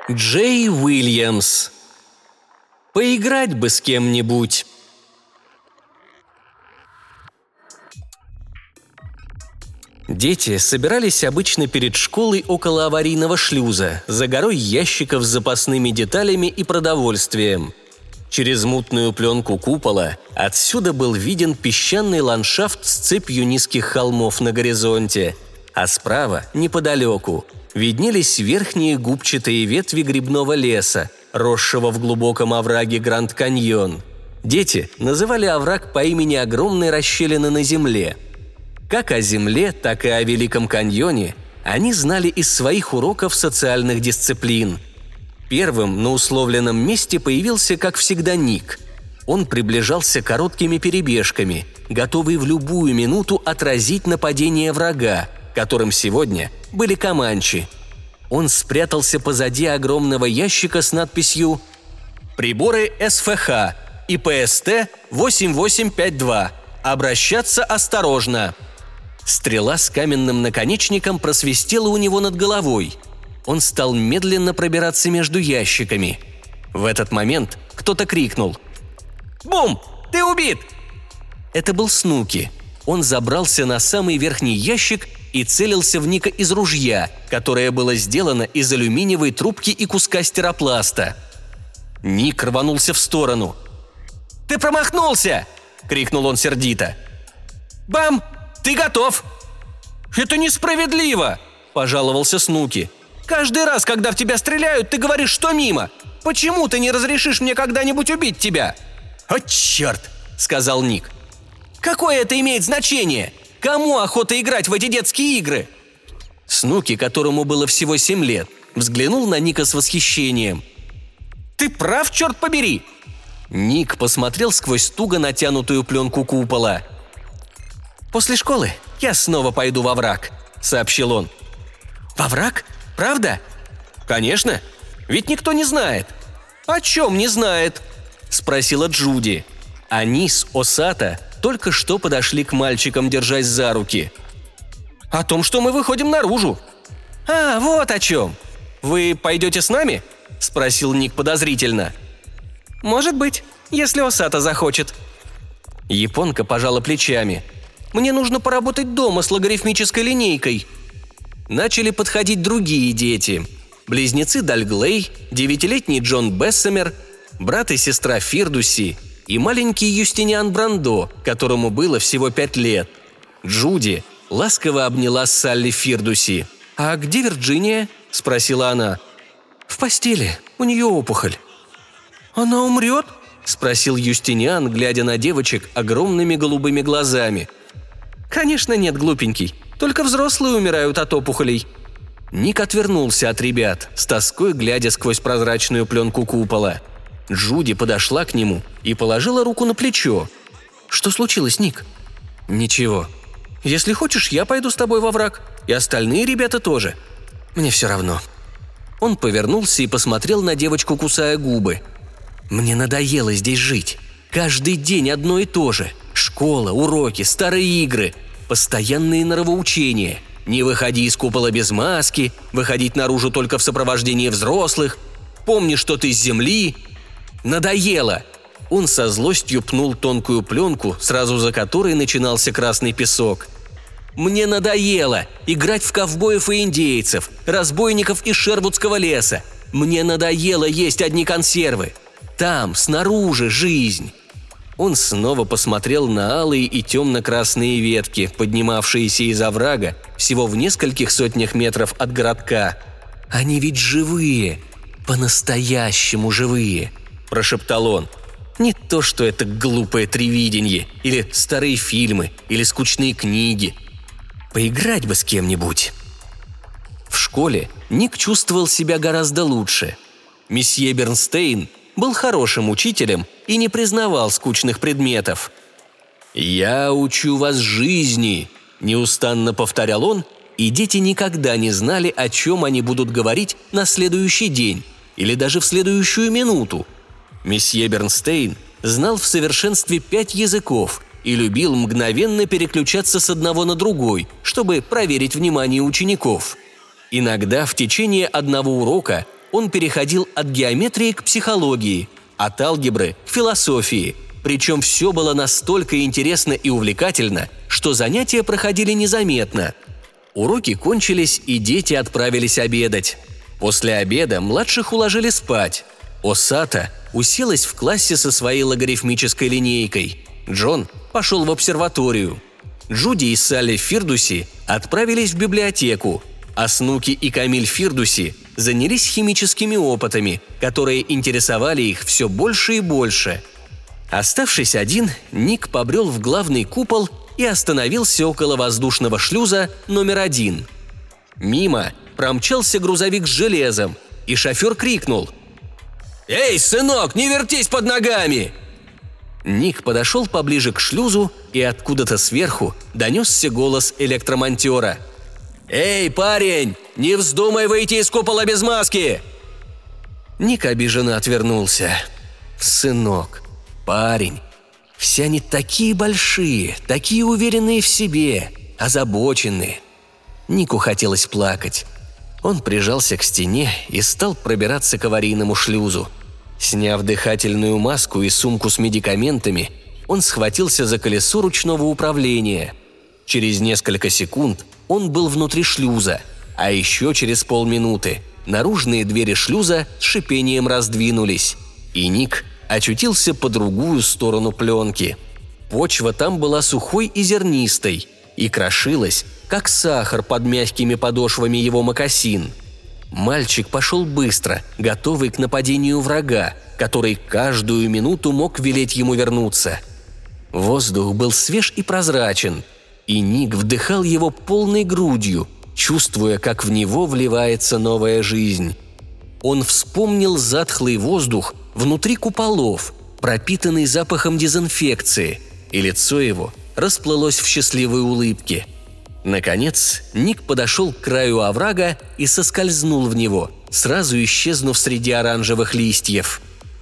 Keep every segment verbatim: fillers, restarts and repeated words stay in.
Джей Уильямс. Поиграть бы с кем-нибудь. Дети собирались обычно перед школой около аварийного шлюза, за горой ящиков с запасными деталями и продовольствием. Через мутную пленку купола отсюда был виден песчаный ландшафт с цепью низких холмов на горизонте, а справа, неподалеку, виднелись верхние губчатые ветви грибного леса, росшего в глубоком овраге Гранд-Каньон. Дети называли овраг по имени огромной расщелины на земле. Как о земле, так и о Великом каньоне они знали из своих уроков социальных дисциплин. Первым на условленном месте появился, как всегда, Ник. Он приближался короткими перебежками, готовый в любую минуту отразить нападение врага, которым сегодня были команчи. Он спрятался позади огромного ящика с надписью «Приборы эс эф ха и пэ эс тэ восемь восемь пять два. Обращаться осторожно». Стрела с каменным наконечником просвистела у него над головой. Он стал медленно пробираться между ящиками. В этот момент кто-то крикнул: «Бум! Ты убит!» Это был Снуки. Он забрался на самый верхний ящик и целился в Ника из ружья, которое было сделано из алюминиевой трубки и куска стиропласта. Ник рванулся в сторону. «Ты промахнулся!» – крикнул он сердито. «Бам! Ты готов!» «Это несправедливо!» – пожаловался Снуки. «Каждый раз, когда в тебя стреляют, ты говоришь, что мимо. Почему ты не разрешишь мне когда-нибудь убить тебя?» «О, черт!» – сказал Ник. «Какое это имеет значение? Кому охота играть в эти детские игры?» Снуки, которому было всего семь лет, взглянул на Ника с восхищением. «Ты прав, черт побери!» Ник посмотрел сквозь туго натянутую пленку купола. «После школы я снова пойду во враг», — сообщил он. «Во враг? Правда?» «Конечно. Ведь никто не знает». «О чем не знает?» — спросила Джуди. Они с Осата только что подошли к мальчикам, держась за руки. «О том, что мы выходим наружу». «А, вот о чем. Вы пойдете с нами?» – спросил Ник подозрительно. «Может быть, если Осата захочет». Японка пожала плечами. «Мне нужно поработать дома с логарифмической линейкой». Начали подходить другие дети. Близнецы Дальглей, девятилетний Джон Бессемер, брат и сестра Фирдуси и маленький Юстиниан Брандо, которому было всего пять лет. Джуди ласково обняла Салли Фирдуси. «А где Вирджиния?» – спросила она. «В постели. У нее опухоль». «Она умрет?» – спросил Юстиниан, глядя на девочек огромными голубыми глазами. «Конечно нет, глупенький. Только взрослые умирают от опухолей». Ник отвернулся от ребят, с тоской глядя сквозь прозрачную пленку купола. Джуди подошла к нему и положила руку на плечо. «Что случилось, Ник?» «Ничего. Если хочешь, я пойду с тобой во враг. И остальные ребята тоже. Мне все равно». Он повернулся и посмотрел на девочку, кусая губы. «Мне надоело здесь жить. Каждый день одно и то же. Школа, уроки, старые игры, постоянные норовоучения. Не выходи из купола без маски, выходить наружу только в сопровождении взрослых. Помни, что ты с земли. Надоело!» Он со злостью пнул тонкую пленку, сразу за которой начинался красный песок. «Мне надоело играть в ковбоев и индейцев, разбойников из Шервудского леса. Мне надоело есть одни консервы. Там, снаружи, жизнь». Он снова посмотрел на алые и темно-красные ветки, поднимавшиеся из оврага всего в нескольких сотнях метров от городка. «Они ведь живые, по-настоящему живые», – прошептал он. «Не то, что это глупое тревиденье, или старые фильмы, или скучные книги. Поиграть бы с кем-нибудь». В школе Ник чувствовал себя гораздо лучше. Месье Бернстейн был хорошим учителем и не признавал скучных предметов. «Я учу вас жизни», – неустанно повторял он, и дети никогда не знали, о чем они будут говорить на следующий день или даже в следующую минуту. Месье Бернстейн знал в совершенстве пять языков и любил мгновенно переключаться с одного на другой, чтобы проверить внимание учеников. Иногда в течение одного урока он переходил от геометрии к психологии, от алгебры к философии. Причем все было настолько интересно и увлекательно, что занятия проходили незаметно. Уроки кончились, и дети отправились обедать. После обеда младших уложили спать. Осата уселась в классе со своей логарифмической линейкой. Джон пошел в обсерваторию. Джуди и Салли Фирдуси отправились в библиотеку, а Снуки и Камиль Фирдуси занялись химическими опытами, которые интересовали их все больше и больше. Оставшись один, Ник побрел в главный купол и остановился около воздушного шлюза номер один. Мимо промчался грузовик с железом, и шофер крикнул: «Эй, сынок, не вертись под ногами!» Ник подошел поближе к шлюзу, и откуда-то сверху донесся голос электромонтера. «Эй, парень, не вздумай выйти из купола без маски!» Ник обиженно отвернулся. «Сынок, парень, все они такие большие, такие уверенные в себе, озабоченные». Нику хотелось плакать. Он прижался к стене и стал пробираться к аварийному шлюзу. Сняв дыхательную маску и сумку с медикаментами, он схватился за колесо ручного управления. Через несколько секунд он был внутри шлюза, а еще через полминуты наружные двери шлюза с шипением раздвинулись, и Ник очутился по другую сторону пленки. Почва там была сухой и зернистой, и крошилась, как сахар под мягкими подошвами его мокасин. Мальчик пошел быстро, готовый к нападению врага, который каждую минуту мог велеть ему вернуться. Воздух был свеж и прозрачен, и Ник вдыхал его полной грудью, чувствуя, как в него вливается новая жизнь. Он вспомнил затхлый воздух внутри куполов, пропитанный запахом дезинфекции, и лицо его расплылось в счастливой улыбке. Наконец, Ник подошел к краю оврага и соскользнул в него, сразу исчезнув среди оранжевых листьев.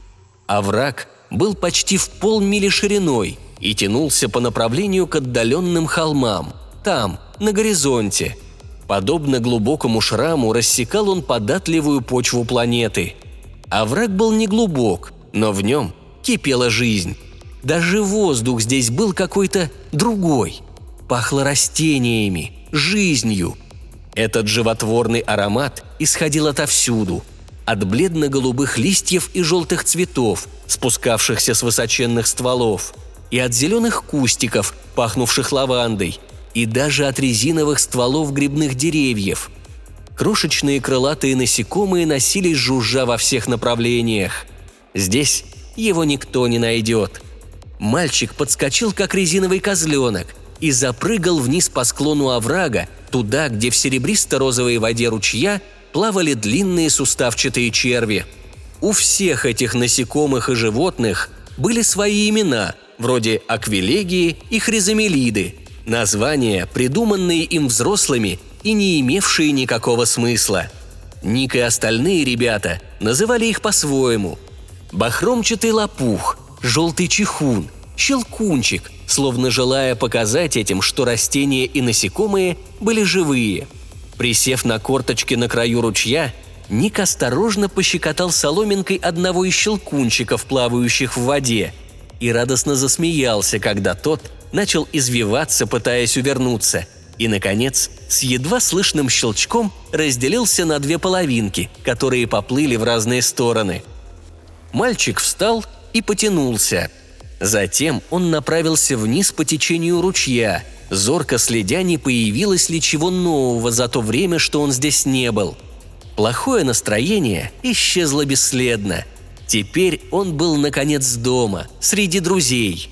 Овраг был почти в полмили шириной и тянулся по направлению к отдаленным холмам, там, на горизонте. Подобно глубокому шраму рассекал он податливую почву планеты. Овраг был неглубок, но в нем кипела жизнь. Даже воздух здесь был какой-то другой. Пахло растениями, жизнью. Этот животворный аромат исходил отовсюду. От бледно-голубых листьев и желтых цветов, спускавшихся с высоченных стволов, и от зеленых кустиков, пахнувших лавандой, и даже от резиновых стволов грибных деревьев. Крошечные крылатые насекомые носились жужжа во всех направлениях. Здесь его никто не найдет. Мальчик подскочил, как резиновый козленок, и запрыгал вниз по склону оврага, туда, где в серебристо-розовой воде ручья плавали длинные суставчатые черви. У всех этих насекомых и животных были свои имена, вроде аквилегии и хризомелиды, названия, придуманные им взрослыми и не имевшие никакого смысла. Ник и остальные ребята называли их по-своему. Бахромчатый лопух, желтый чехун, щелкунчик, словно желая показать этим, что растения и насекомые были живые. Присев на корточки на краю ручья, Ник осторожно пощекотал соломинкой одного из щелкунчиков, плавающих в воде, и радостно засмеялся, когда тот начал извиваться, пытаясь увернуться, и, наконец, с едва слышным щелчком разделился на две половинки, которые поплыли в разные стороны. Мальчик встал и потянулся. Затем он направился вниз по течению ручья, зорко следя, не появилось ли чего нового за то время, что он здесь не был. Плохое настроение исчезло бесследно. Теперь он был, наконец, дома, среди друзей.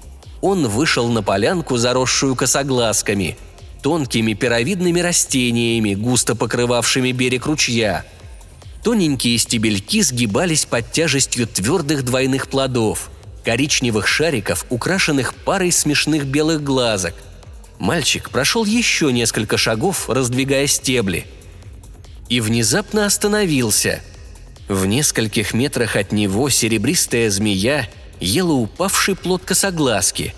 Он вышел на полянку, заросшую косоглазками, тонкими перовидными растениями, густо покрывавшими берег ручья. Тоненькие стебельки сгибались под тяжестью твердых двойных плодов, коричневых шариков, украшенных парой смешных белых глазок. Мальчик прошел еще несколько шагов, раздвигая стебли. И внезапно остановился. В нескольких метрах от него серебристая змея ела упавший плод косоглазки.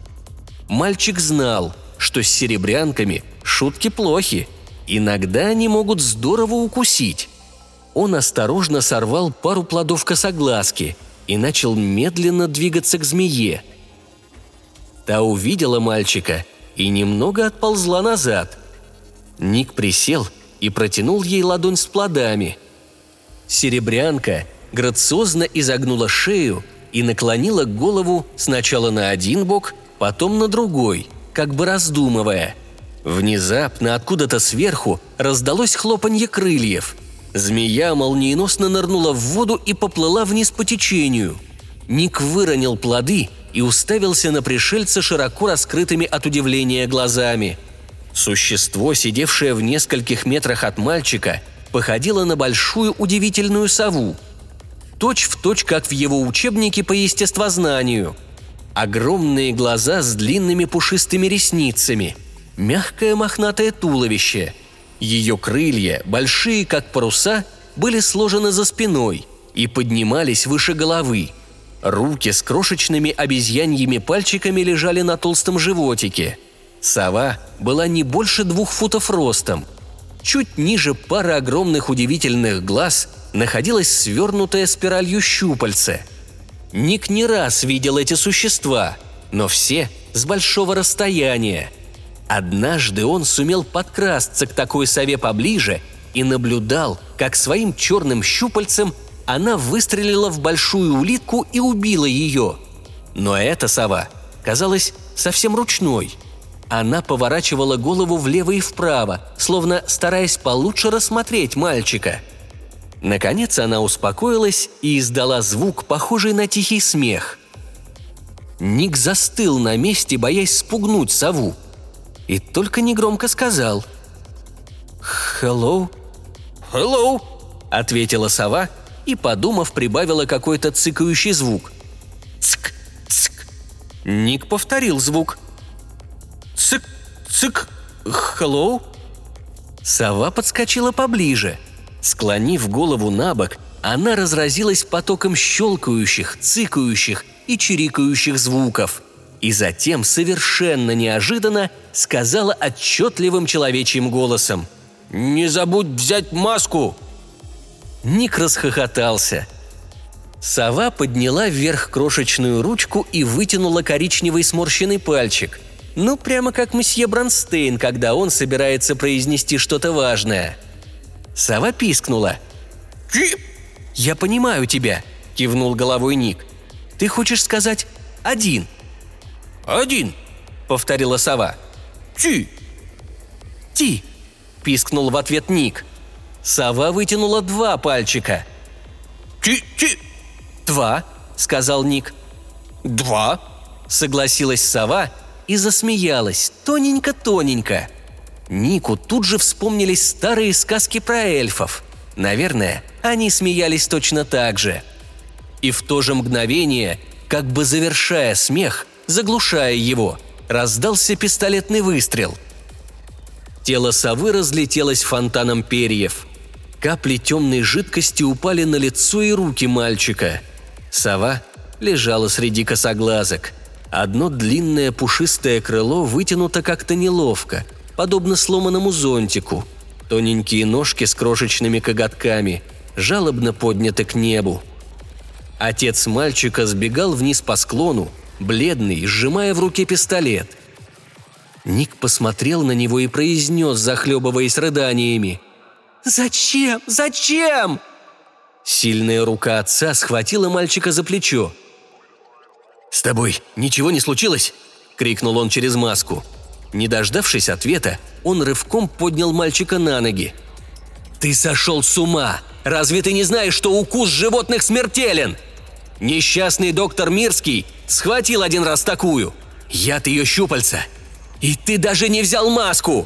Мальчик знал, что с серебрянками шутки плохи. Иногда они могут здорово укусить. он осторожно сорвал пару плодов косоглазки и начал медленно двигаться к змее. Та увидела мальчика и немного отползла назад. Ник присел и протянул ей ладонь с плодами. Серебрянка грациозно изогнула шею и наклонила голову сначала на один бок, потом на другой, как бы раздумывая. Внезапно откуда-то сверху раздалось хлопанье крыльев. Змея молниеносно нырнула в воду и поплыла вниз по течению. Ник выронил плоды и уставился на пришельца широко раскрытыми от удивления глазами. Существо, сидевшее в нескольких метрах от мальчика, походило на большую удивительную сову. Точь в точь, как в его учебнике по естествознанию. Огромные глаза с длинными пушистыми ресницами, мягкое мохнатое туловище. Ее крылья, большие как паруса, были сложены за спиной и поднимались выше головы. Руки с крошечными обезьяньими пальчиками лежали на толстом животике. Сова была не больше двух футов ростом. Чуть ниже пары огромных удивительных глаз находилась свернутая спиралью щупальце. Ник не раз видел эти существа, но все с большого расстояния. Однажды он сумел подкрасться к такой сове поближе и наблюдал, как своим черным щупальцем она выстрелила в большую улитку и убила ее. Но эта сова казалась совсем ручной. Она поворачивала голову влево и вправо, словно стараясь получше рассмотреть мальчика. Наконец она успокоилась и издала звук, похожий на тихий смех. Ник застыл на месте, боясь спугнуть сову. И только негромко сказал «Hello?» «Hello!» – ответила сова и, подумав, прибавила какой-то цыкающий звук. «Цк! Цк!» Ник повторил звук. «Цык! Цык! Hello?» Сова подскочила поближе. Склонив голову на бок, она разразилась потоком щелкающих, цыкающих и чирикающих звуков. И затем, совершенно неожиданно, сказала отчетливым человечьим голосом: «Не забудь взять маску!» Ник расхохотался. Сова подняла вверх крошечную ручку и вытянула коричневый сморщенный пальчик. Ну, прямо как месье Бронстейн, когда он собирается произнести что-то важное. Сова пискнула. «Ти!» «Я понимаю тебя», – кивнул головой Ник. «Ты хочешь сказать «один»?» «Один», – повторила сова. «Ти!» «Ти!» – пискнул в ответ Ник. Сова вытянула два пальчика. «Ти-ти!» «Два», – сказал Ник. «Два», – согласилась сова и засмеялась, тоненько-тоненько. Нику тут же вспомнились старые сказки про эльфов. Наверное, они смеялись точно так же. И в то же мгновение, как бы завершая смех, заглушая его, раздался пистолетный выстрел. Тело совы разлетелось фонтаном перьев. Капли темной жидкости упали на лицо и руки мальчика. Сова лежала среди косоглазок. Одно длинное пушистое крыло вытянуто как-то неловко, подобно сломанному зонтику. Тоненькие ножки с крошечными коготками жалобно подняты к небу. Отец мальчика сбегал вниз по склону, бледный, сжимая в руке пистолет. Ник посмотрел на него и произнес, захлебываясь рыданиями: «Зачем? Зачем?» Сильная рука отца схватила мальчика за плечо. «С тобой ничего не случилось?» – крикнул он через маску. Не дождавшись ответа, он рывком поднял мальчика на ноги. «Ты сошел с ума! Разве ты не знаешь, что укус животных смертелен? Несчастный доктор Мирский схватил один раз такую. Яд ее щупальца. И ты даже не взял маску!»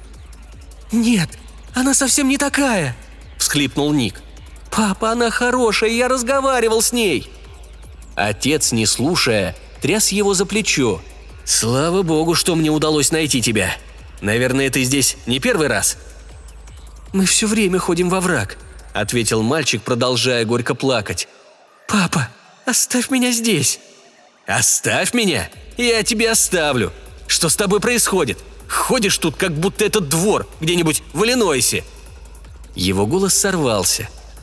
«Нет, она совсем не такая!» – всхлипнул Ник. «Папа, она хорошая, я разговаривал с ней!» Отец, не слушая, тряс его за плечо. «Слава богу, что мне удалось найти тебя. Наверное, ты здесь не первый раз?» «Мы все время ходим во враг», – ответил мальчик, продолжая горько плакать. «Папа, оставь меня здесь!» «Оставь меня? Я тебя оставлю. Что с тобой происходит? Ходишь тут, как будто это двор где-нибудь в Иллинойсе». Его голос сорвался.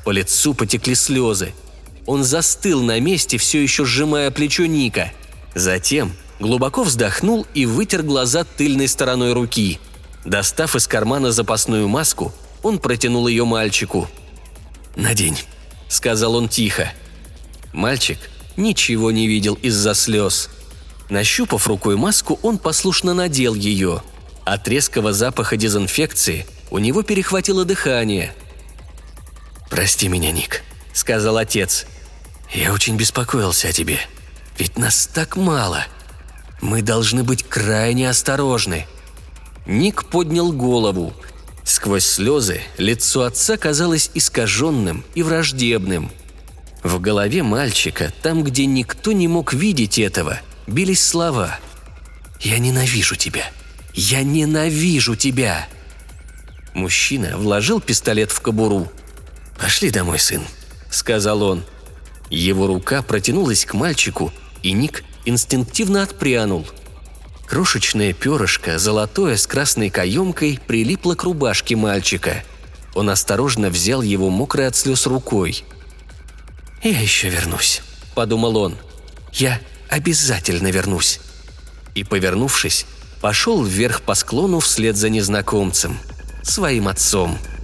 По лицу потекли слезы. Он застыл на месте, все еще сжимая плечо Ника. Затем глубоко вздохнул и вытер глаза тыльной стороной руки. Достав из кармана запасную маску, он протянул ее мальчику. «Надень», — сказал он тихо. Мальчик ничего не видел из-за слез. Нащупав рукой маску, он послушно надел ее. От резкого запаха дезинфекции у него перехватило дыхание. «Прости меня, Ник», — сказал отец. «Я очень беспокоился о тебе. Ведь нас так мало. Мы должны быть крайне осторожны». Ник поднял голову. Сквозь слезы лицо отца казалось искаженным и враждебным. В голове мальчика, там, где никто не мог видеть этого, бились слова: «Я ненавижу тебя! Я ненавижу тебя!» Мужчина вложил пистолет в кобуру. «Пошли домой, сын», — сказал он. Его рука протянулась к мальчику, и Ник инстинктивно отпрянул. Крошечное перышко, золотое с красной каемкой, прилипло к рубашке мальчика. Он осторожно взял его мокрой от слез рукой. «Я еще вернусь», — подумал он. «Я обязательно вернусь». И, повернувшись, пошел вверх по склону вслед за незнакомцем, своим отцом.